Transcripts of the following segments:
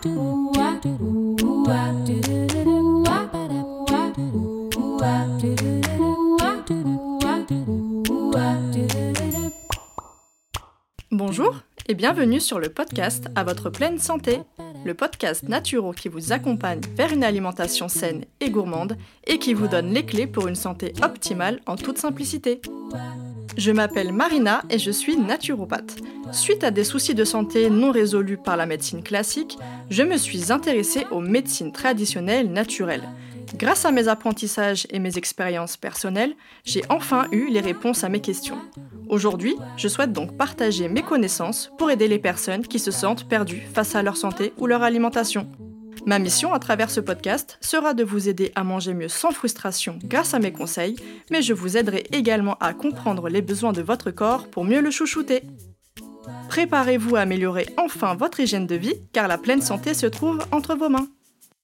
Bonjour et bienvenue sur le podcast À votre pleine santé, le podcast naturo qui vous accompagne vers une alimentation saine et gourmande et qui vous donne les clés pour une santé optimale en toute simplicité. Je m'appelle Marina et je suis naturopathe. Suite à des soucis de santé non résolus par la médecine classique, je me suis intéressée aux médecines traditionnelles naturelles. Grâce à mes apprentissages et mes expériences personnelles, j'ai enfin eu les réponses à mes questions. Aujourd'hui, je souhaite donc partager mes connaissances pour aider les personnes qui se sentent perdues face à leur santé ou leur alimentation. Ma mission à travers ce podcast sera de vous aider à manger mieux sans frustration grâce à mes conseils, mais je vous aiderai également à comprendre les besoins de votre corps pour mieux le chouchouter. Préparez-vous à améliorer enfin votre hygiène de vie, car la pleine santé se trouve entre vos mains.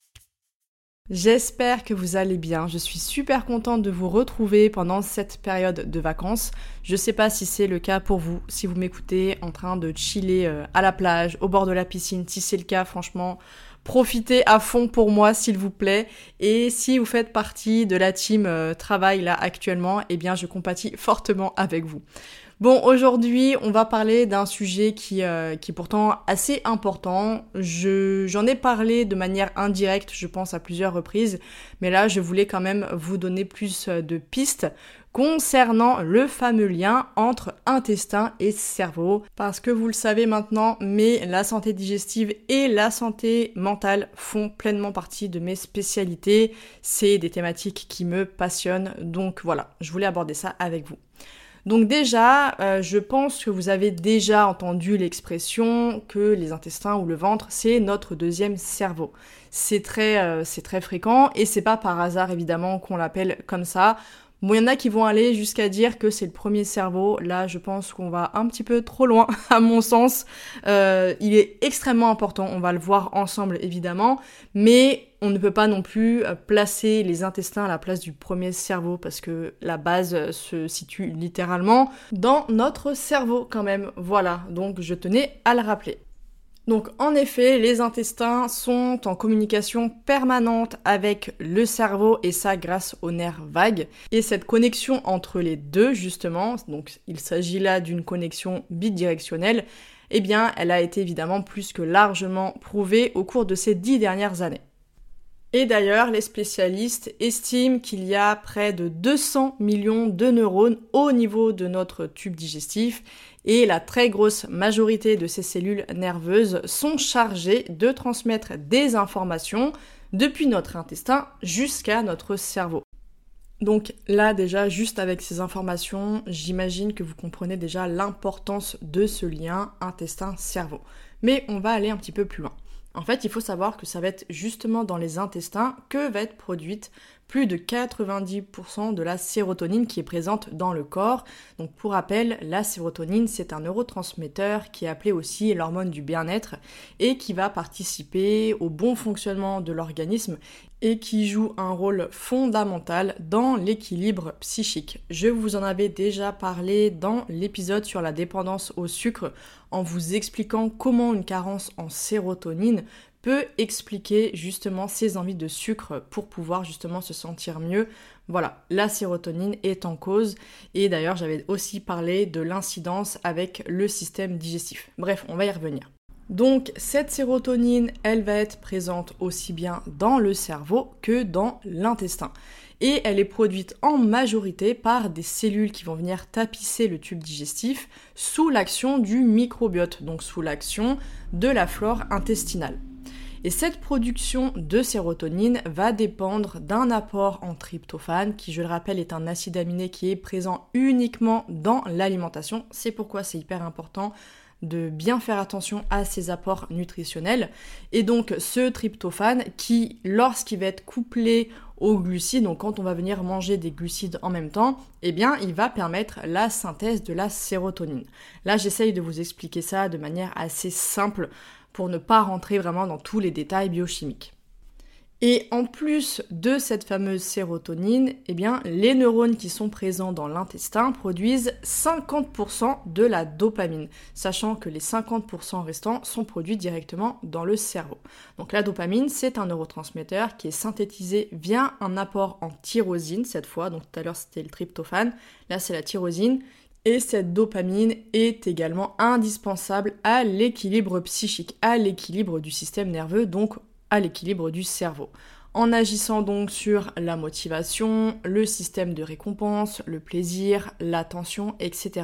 J'espère que vous allez bien, je suis super contente de vous retrouver pendant cette période de vacances. Je sais pas si c'est le cas pour vous, si vous m'écoutez en train de chiller à la plage, au bord de la piscine. Si c'est le cas, franchement, profitez à fond pour moi s'il vous plaît. Et si vous faites partie de la team travail là actuellement, eh bien je compatis fortement avec vous. Bon, aujourd'hui, on va parler d'un sujet qui est pourtant assez important. J'en ai parlé de manière indirecte, je pense, à plusieurs reprises. Mais là, je voulais quand même vous donner plus de pistes concernant le fameux lien entre intestin et cerveau. Parce que vous le savez maintenant, mais la santé digestive et la santé mentale font pleinement partie de mes spécialités. C'est des thématiques qui me passionnent. Donc voilà, je voulais aborder ça avec vous. Donc déjà, je pense que vous avez déjà entendu l'expression que les intestins ou le ventre, c'est notre deuxième cerveau. C'est très fréquent et c'est pas par hasard évidemment qu'on l'appelle comme ça. Bon, il y en a qui vont aller jusqu'à dire que c'est le premier cerveau. Là, je pense qu'on va un petit peu trop loin, à mon sens. Il est extrêmement important, on va le voir ensemble évidemment, mais on ne peut pas non plus placer les intestins à la place du premier cerveau parce que la base se situe littéralement dans notre cerveau quand même. Voilà, donc je tenais à le rappeler. Donc en effet, les intestins sont en communication permanente avec le cerveau et ça grâce aux nerfs vagues. Et cette connexion entre les deux justement, donc il s'agit là d'une connexion bidirectionnelle, eh bien elle a été évidemment plus que largement prouvée au cours de ces 10 dernières années. Et d'ailleurs, les spécialistes estiment qu'il y a près de 200 millions de neurones au niveau de notre tube digestif et la très grosse majorité de ces cellules nerveuses sont chargées de transmettre des informations depuis notre intestin jusqu'à notre cerveau. Donc là déjà, juste avec ces informations, j'imagine que vous comprenez déjà l'importance de ce lien intestin-cerveau. Mais on va aller un petit peu plus loin. En fait, il faut savoir que ça va être justement dans les intestins que va être produite plus de 90% de la sérotonine qui est présente dans le corps. Donc pour rappel, la sérotonine, c'est un neurotransmetteur qui est appelé aussi l'hormone du bien-être et qui va participer au bon fonctionnement de l'organisme et qui joue un rôle fondamental dans l'équilibre psychique. Je vous en avais déjà parlé dans l'épisode sur la dépendance au sucre en vous expliquant comment une carence en sérotonine peut expliquer justement ces envies de sucre pour pouvoir justement se sentir mieux. Voilà, la sérotonine est en cause et d'ailleurs j'avais aussi parlé de l'incidence avec le système digestif. Bref, on va y revenir. Donc cette sérotonine, elle va être présente aussi bien dans le cerveau que dans l'intestin. Et elle est produite en majorité par des cellules qui vont venir tapisser le tube digestif sous l'action du microbiote, donc sous l'action de la flore intestinale. Et cette production de sérotonine va dépendre d'un apport en tryptophane, qui je le rappelle est un acide aminé qui est présent uniquement dans l'alimentation. C'est pourquoi c'est hyper important de bien faire attention à ces apports nutritionnels. Et donc ce tryptophane qui, lorsqu'il va être couplé aux glucides, donc quand on va venir manger des glucides en même temps, eh bien il va permettre la synthèse de la sérotonine. Là j'essaye de vous expliquer ça de manière assez simple pour ne pas rentrer vraiment dans tous les détails biochimiques. Et en plus de cette fameuse sérotonine, eh bien, les neurones qui sont présents dans l'intestin produisent 50% de la dopamine, sachant que les 50% restants sont produits directement dans le cerveau. Donc la dopamine, c'est un neurotransmetteur qui est synthétisé via un apport en tyrosine cette fois, donc tout à l'heure c'était le tryptophane, là c'est la tyrosine, et cette dopamine est également indispensable à l'équilibre psychique, à l'équilibre du système nerveux, donc à l'équilibre du cerveau. En agissant donc sur la motivation, le système de récompense, le plaisir, l'attention, etc.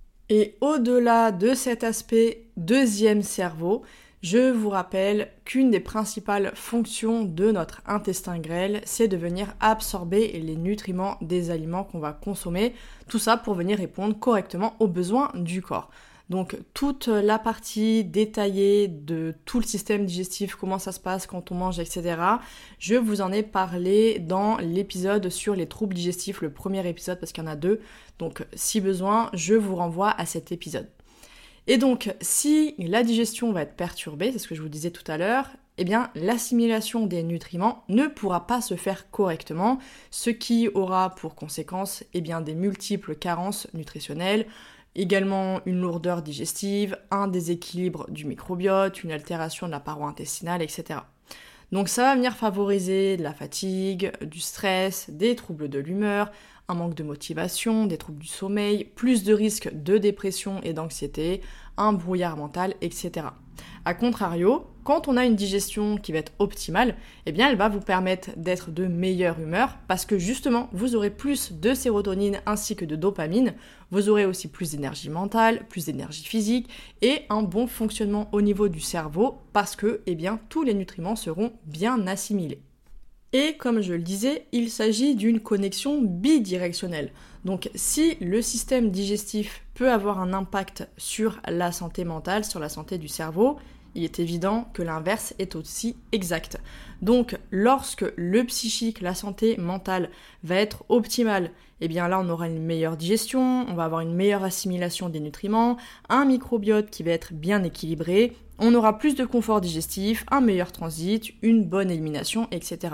Et au-delà de cet aspect deuxième cerveau, je vous rappelle qu'une des principales fonctions de notre intestin grêle, c'est de venir absorber les nutriments des aliments qu'on va consommer, tout ça pour venir répondre correctement aux besoins du corps. Donc toute la partie détaillée de tout le système digestif, comment ça se passe quand on mange, etc. Je vous en ai parlé dans l'épisode sur les troubles digestifs, le premier épisode parce qu'il y en a 2. Donc si besoin, je vous renvoie à cet épisode. Et donc si la digestion va être perturbée, c'est ce que je vous disais tout à l'heure, eh bien l'assimilation des nutriments ne pourra pas se faire correctement, ce qui aura pour conséquence eh bien, des multiples carences nutritionnelles, également une lourdeur digestive, un déséquilibre du microbiote, une altération de la paroi intestinale, etc. Donc ça va venir favoriser de la fatigue, du stress, des troubles de l'humeur, un manque de motivation, des troubles du sommeil, plus de risques de dépression et d'anxiété, un brouillard mental, etc. A contrario, quand on a une digestion qui va être optimale, eh bien elle va vous permettre d'être de meilleure humeur parce que justement, vous aurez plus de sérotonine ainsi que de dopamine, vous aurez aussi plus d'énergie mentale, plus d'énergie physique et un bon fonctionnement au niveau du cerveau parce que eh bien, tous les nutriments seront bien assimilés. Et comme je le disais, il s'agit d'une connexion bidirectionnelle. Donc si le système digestif peut avoir un impact sur la santé mentale, sur la santé du cerveau, il est évident que l'inverse est aussi exact. Donc lorsque le psychique, la santé mentale va être optimale, eh bien là on aura une meilleure digestion, on va avoir une meilleure assimilation des nutriments, un microbiote qui va être bien équilibré, on aura plus de confort digestif, un meilleur transit, une bonne élimination, etc.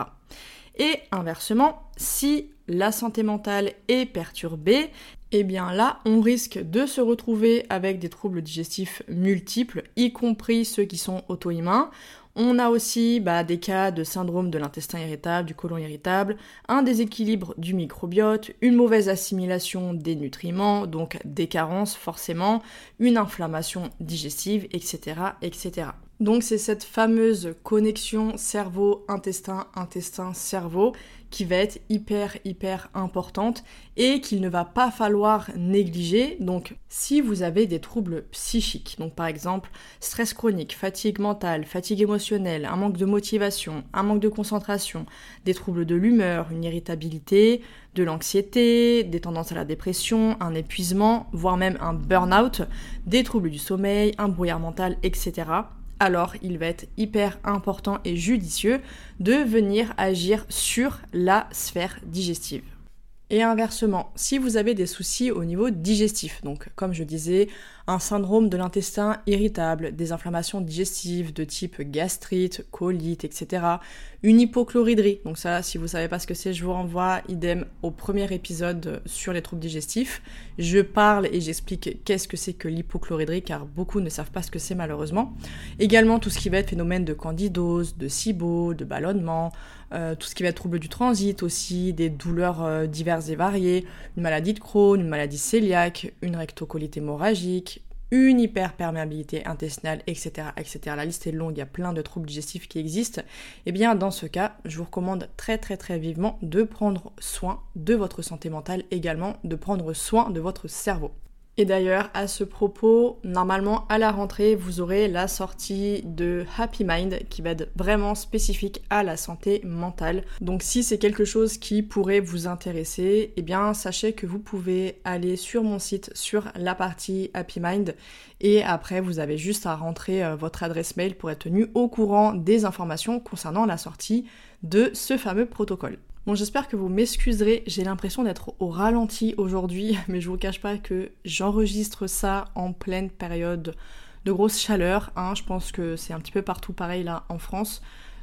Et inversement, si la santé mentale est perturbée, eh bien là, on risque de se retrouver avec des troubles digestifs multiples, y compris ceux qui sont auto-immuns. On a aussi des cas de syndrome de l'intestin irritable, du côlon irritable, un déséquilibre du microbiote, une mauvaise assimilation des nutriments, donc des carences forcément, une inflammation digestive, etc., etc. Donc c'est cette fameuse connexion cerveau-intestin, intestin-cerveau qui va être hyper importante et qu'il ne va pas falloir négliger. Donc si vous avez des troubles psychiques, donc par exemple stress chronique, fatigue mentale, fatigue émotionnelle, un manque de motivation, un manque de concentration, des troubles de l'humeur, une irritabilité, de l'anxiété, des tendances à la dépression, un épuisement, voire même un burn-out, des troubles du sommeil, un brouillard mental, etc., alors il va être hyper important et judicieux de venir agir sur la sphère digestive. Et inversement, si vous avez des soucis au niveau digestif, donc comme je disais, un syndrome de l'intestin irritable, des inflammations digestives de type gastrite, colite, etc., une hypochloridrie, donc ça, si vous savez pas ce que c'est, je vous renvoie, idem, au premier épisode sur les troubles digestifs. Je parle et j'explique qu'est-ce que c'est que l'hypochloridrie, car beaucoup ne savent pas ce que c'est malheureusement. Également tout ce qui va être phénomène de candidose, de SIBO, de ballonnement, tout ce qui va être trouble du transit aussi, des douleurs diverses et variées, une maladie de Crohn, une maladie cœliaque, une rectocolite hémorragique, une hyperperméabilité intestinale, etc., etc. La liste est longue, il y a plein de troubles digestifs qui existent. Et bien dans ce cas, je vous recommande très vivement de prendre soin de votre santé mentale, également de prendre soin de votre cerveau. Et d'ailleurs, à ce propos, normalement, à la rentrée, vous aurez la sortie de Happy Mind qui va être vraiment spécifique à la santé mentale. Donc si c'est quelque chose qui pourrait vous intéresser, eh bien, sachez que vous pouvez aller sur mon site, sur la partie Happy Mind, et après, vous avez juste à rentrer votre adresse mail pour être tenu au courant des informations concernant la sortie de ce fameux protocole. Bon, j'espère que vous m'excuserez, j'ai l'impression d'être au ralenti aujourd'hui, mais je vous cache pas que j'enregistre ça en pleine période de grosse chaleur, je pense que c'est un petit peu partout pareil là en France.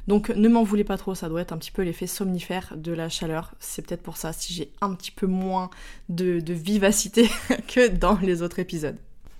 Donc ne m'en voulez pas trop, ça doit être un petit peu l'effet somnifère de la chaleur. C'est peut-être pour ça si j'ai un petit peu moins de vivacité que dans les autres épisodes.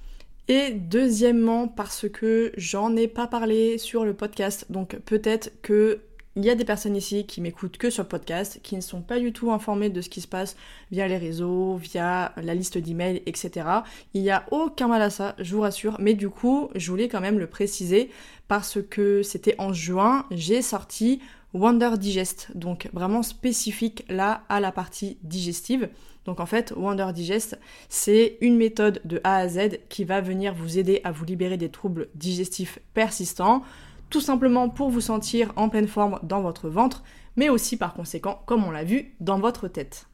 Et deuxièmement, parce que j'en ai pas parlé sur le podcast, donc peut-être que il y a des personnes ici qui m'écoutent que sur le podcast, qui ne sont pas du tout informées de ce qui se passe via les réseaux, via la liste d'emails, etc. Il n'y a aucun mal à ça, je vous rassure, mais du coup, je voulais quand même le préciser parce que c'était en juin, j'ai sorti Wonder Digest, donc vraiment spécifique là à la partie digestive. Donc en fait, Wonder Digest, c'est une méthode de A à Z qui va venir vous aider à vous libérer des troubles digestifs persistants, tout simplement pour vous sentir en pleine forme dans votre ventre, mais aussi par conséquent, comme on l'a vu, dans votre tête.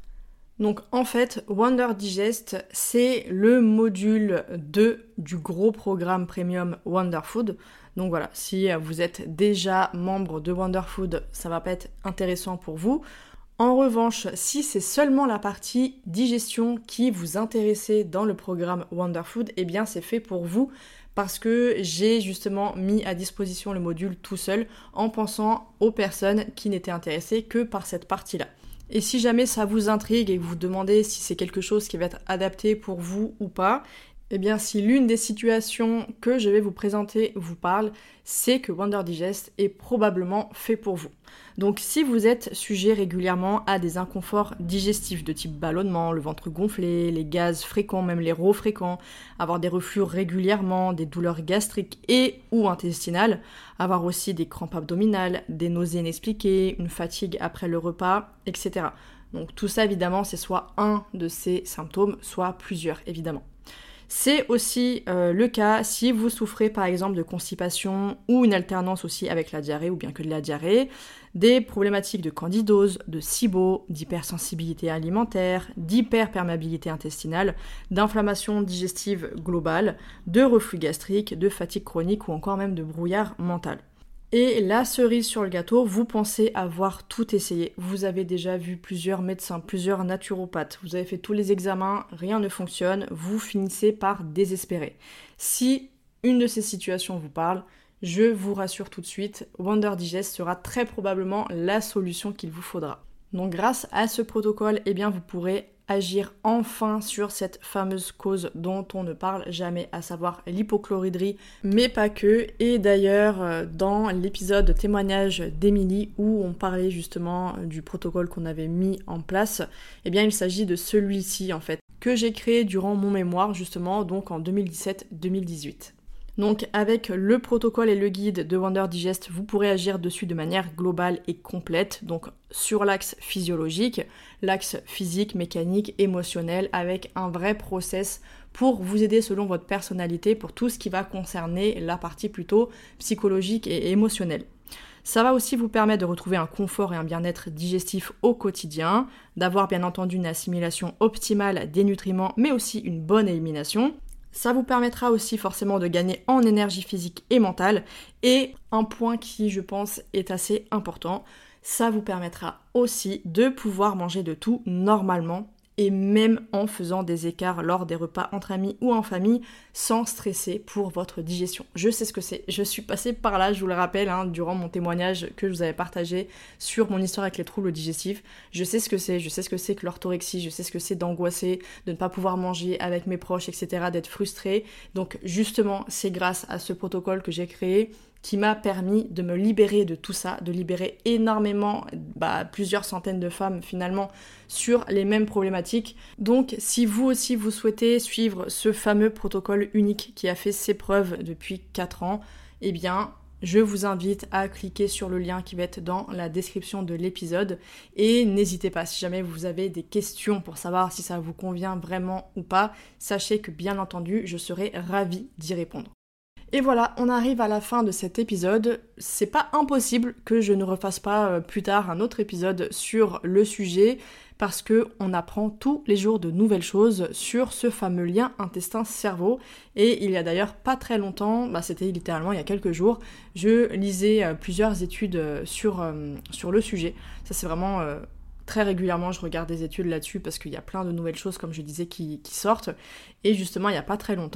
Donc en fait, Wonder Digest, c'est le module 2 du gros programme premium Wonder Food. Donc voilà, si vous êtes déjà membre de Wonder Food, ça va pas être intéressant pour vous. En revanche, si c'est seulement la partie digestion qui vous intéressait dans le programme Wonder Food, eh bien c'est fait pour vous parce que j'ai justement mis à disposition le module tout seul en pensant aux personnes qui n'étaient intéressées que par cette partie-là. Et si jamais ça vous intrigue et que vous vous demandez si c'est quelque chose qui va être adapté pour vous ou pas, eh bien si l'une des situations que je vais vous présenter vous parle, c'est que Wonder Digest est probablement fait pour vous. Donc si vous êtes sujet régulièrement à des inconforts digestifs de type ballonnement, le ventre gonflé, les gaz fréquents, même les rots fréquents, avoir des reflux régulièrement, des douleurs gastriques et ou intestinales, avoir aussi des crampes abdominales, des nausées inexpliquées, une fatigue après le repas, etc. Donc tout ça évidemment c'est soit un de ces symptômes, soit plusieurs évidemment. C'est aussi le cas si vous souffrez par exemple de constipation ou une alternance aussi avec la diarrhée ou bien que de la diarrhée, des problématiques de candidose, de SIBO, d'hypersensibilité alimentaire, d'hyperperméabilité intestinale, d'inflammation digestive globale, de reflux gastrique, de fatigue chronique ou encore même de brouillard mental. Et la cerise sur le gâteau, vous pensez avoir tout essayé. Vous avez déjà vu plusieurs médecins, plusieurs naturopathes, vous avez fait tous les examens, rien ne fonctionne, vous finissez par désespérer. Si une de ces situations vous parle, je vous rassure tout de suite, Wonder Digest sera très probablement la solution qu'il vous faudra. Donc grâce à ce protocole, eh bien vous pourrez agir enfin sur cette fameuse cause dont on ne parle jamais, à savoir l'hypochloridrie, mais pas que. Et d'ailleurs, dans l'épisode témoignage d'Émilie où on parlait justement du protocole qu'on avait mis en place, eh bien il s'agit de celui-ci en fait, que j'ai créé durant mon mémoire justement, donc en 2017-2018. Donc avec le protocole et le guide de Wonder Digest, vous pourrez agir dessus de manière globale et complète, donc sur l'axe physiologique, l'axe physique, mécanique, émotionnel, avec un vrai process pour vous aider selon votre personnalité pour tout ce qui va concerner la partie plutôt psychologique et émotionnelle. Ça va aussi vous permettre de retrouver un confort et un bien-être digestif au quotidien, d'avoir bien entendu une assimilation optimale des nutriments, mais aussi une bonne élimination. Ça vous permettra aussi forcément de gagner en énergie physique et mentale. Et un point qui, je pense, est assez important, ça vous permettra aussi de pouvoir manger de tout normalement et même en faisant des écarts lors des repas entre amis ou en famille sans stresser pour votre digestion. Je sais ce que c'est, je suis passée par là, je vous le rappelle, durant mon témoignage que je vous avais partagé sur mon histoire avec les troubles digestifs. Je sais ce que c'est que l'orthorexie, je sais ce que c'est d'angoisser, de ne pas pouvoir manger avec mes proches, etc., d'être frustrée. Donc justement, c'est grâce à ce protocole que j'ai créé qui m'a permis de me libérer de tout ça, de libérer énormément, plusieurs centaines de femmes finalement sur les mêmes problématiques. Donc si vous aussi vous souhaitez suivre ce fameux protocole unique qui a fait ses preuves depuis 4 ans, eh bien je vous invite à cliquer sur le lien qui va être dans la description de l'épisode et n'hésitez pas, si jamais vous avez des questions pour savoir si ça vous convient vraiment ou pas, sachez que bien entendu je serai ravie d'y répondre. Et voilà, on arrive à la fin de cet épisode. C'est pas impossible que je ne refasse pas plus tard un autre épisode sur le sujet parce que on apprend tous les jours de nouvelles choses sur ce fameux lien intestin-cerveau. Et il y a d'ailleurs pas très longtemps, c'était littéralement il y a quelques jours, je lisais plusieurs études sur le sujet. Ça c'est vraiment... Très régulièrement, je regarde des études là-dessus parce qu'il y a plein de nouvelles choses, comme je disais, qui sortent. Et justement, il n'y a pas très longtemps,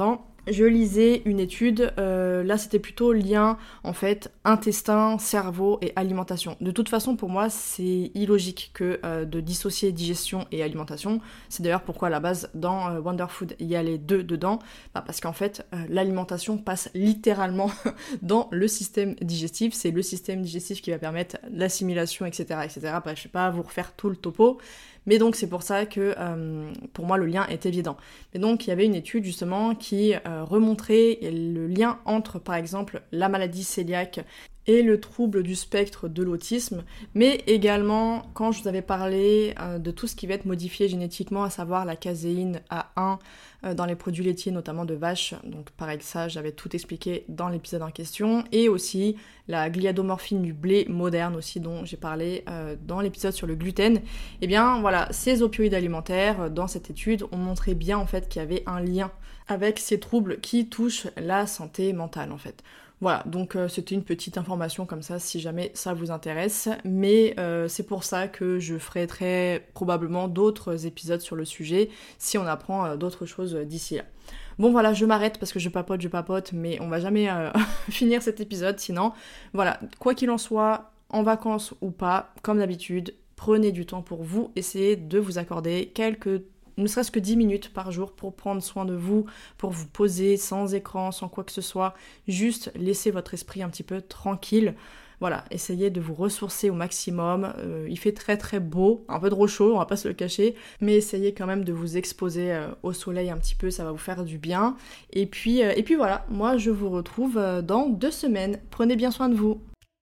je lisais une étude, là c'était plutôt lien en fait intestin, cerveau et alimentation. De toute façon pour moi c'est illogique que de dissocier digestion et alimentation. C'est d'ailleurs pourquoi à la base dans Wonder Food il y a les deux dedans, parce qu'en fait l'alimentation passe littéralement dans le système digestif, c'est le système digestif qui va permettre l'assimilation, etc. etc. Bref, je vais pas vous refaire tout le topo. Mais donc c'est pour ça que pour moi le lien est évident. Mais donc il y avait une étude justement qui remontrait le lien entre par exemple la maladie cœliaque et le trouble du spectre de l'autisme, mais également quand je vous avais parlé de tout ce qui va être modifié génétiquement, à savoir la caséine A1 dans les produits laitiers, notamment de vache. Donc pareil que ça, j'avais tout expliqué dans l'épisode en question, et aussi la gliadomorphine du blé moderne aussi dont j'ai parlé dans l'épisode sur le gluten. Et bien voilà, ces opioïdes alimentaires dans cette étude ont montré bien en fait qu'il y avait un lien avec ces troubles qui touchent la santé mentale en fait. Voilà, donc c'était une petite information comme ça si jamais ça vous intéresse, mais c'est pour ça que je ferai très probablement d'autres épisodes sur le sujet si on apprend d'autres choses d'ici là. Bon voilà, je m'arrête parce que je papote, mais on va jamais finir cet épisode sinon. Voilà, quoi qu'il en soit, en vacances ou pas, comme d'habitude, prenez du temps pour vous, essayez de vous accorder ne serait-ce que 10 minutes par jour pour prendre soin de vous, pour vous poser sans écran, sans quoi que ce soit, juste laissez votre esprit un petit peu tranquille. Voilà, essayez de vous ressourcer au maximum. Il fait très très beau, un peu trop chaud, on va pas se le cacher, mais essayez quand même de vous exposer au soleil un petit peu, ça va vous faire du bien. Et puis voilà, moi je vous retrouve dans 2 semaines. Prenez bien soin de vous.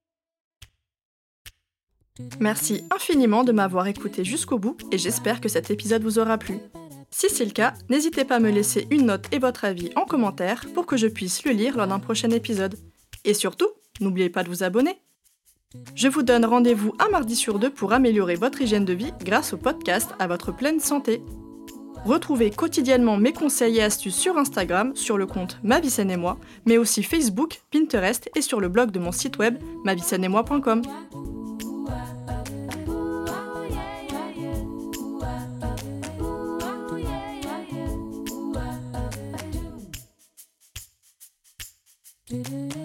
Merci infiniment de m'avoir écouté jusqu'au bout et j'espère que cet épisode vous aura plu. Si c'est le cas, n'hésitez pas à me laisser une note et votre avis en commentaire pour que je puisse le lire lors d'un prochain épisode. Et surtout, n'oubliez pas de vous abonner. Je vous donne rendez-vous un mardi sur 2 pour améliorer votre hygiène de vie grâce au podcast à votre pleine santé. Retrouvez quotidiennement mes conseils et astuces sur Instagram, sur le compte Ma Vie Saine et Moi, mais aussi Facebook, Pinterest et sur le blog de mon site web maviesaineetmoi.com. Do do do.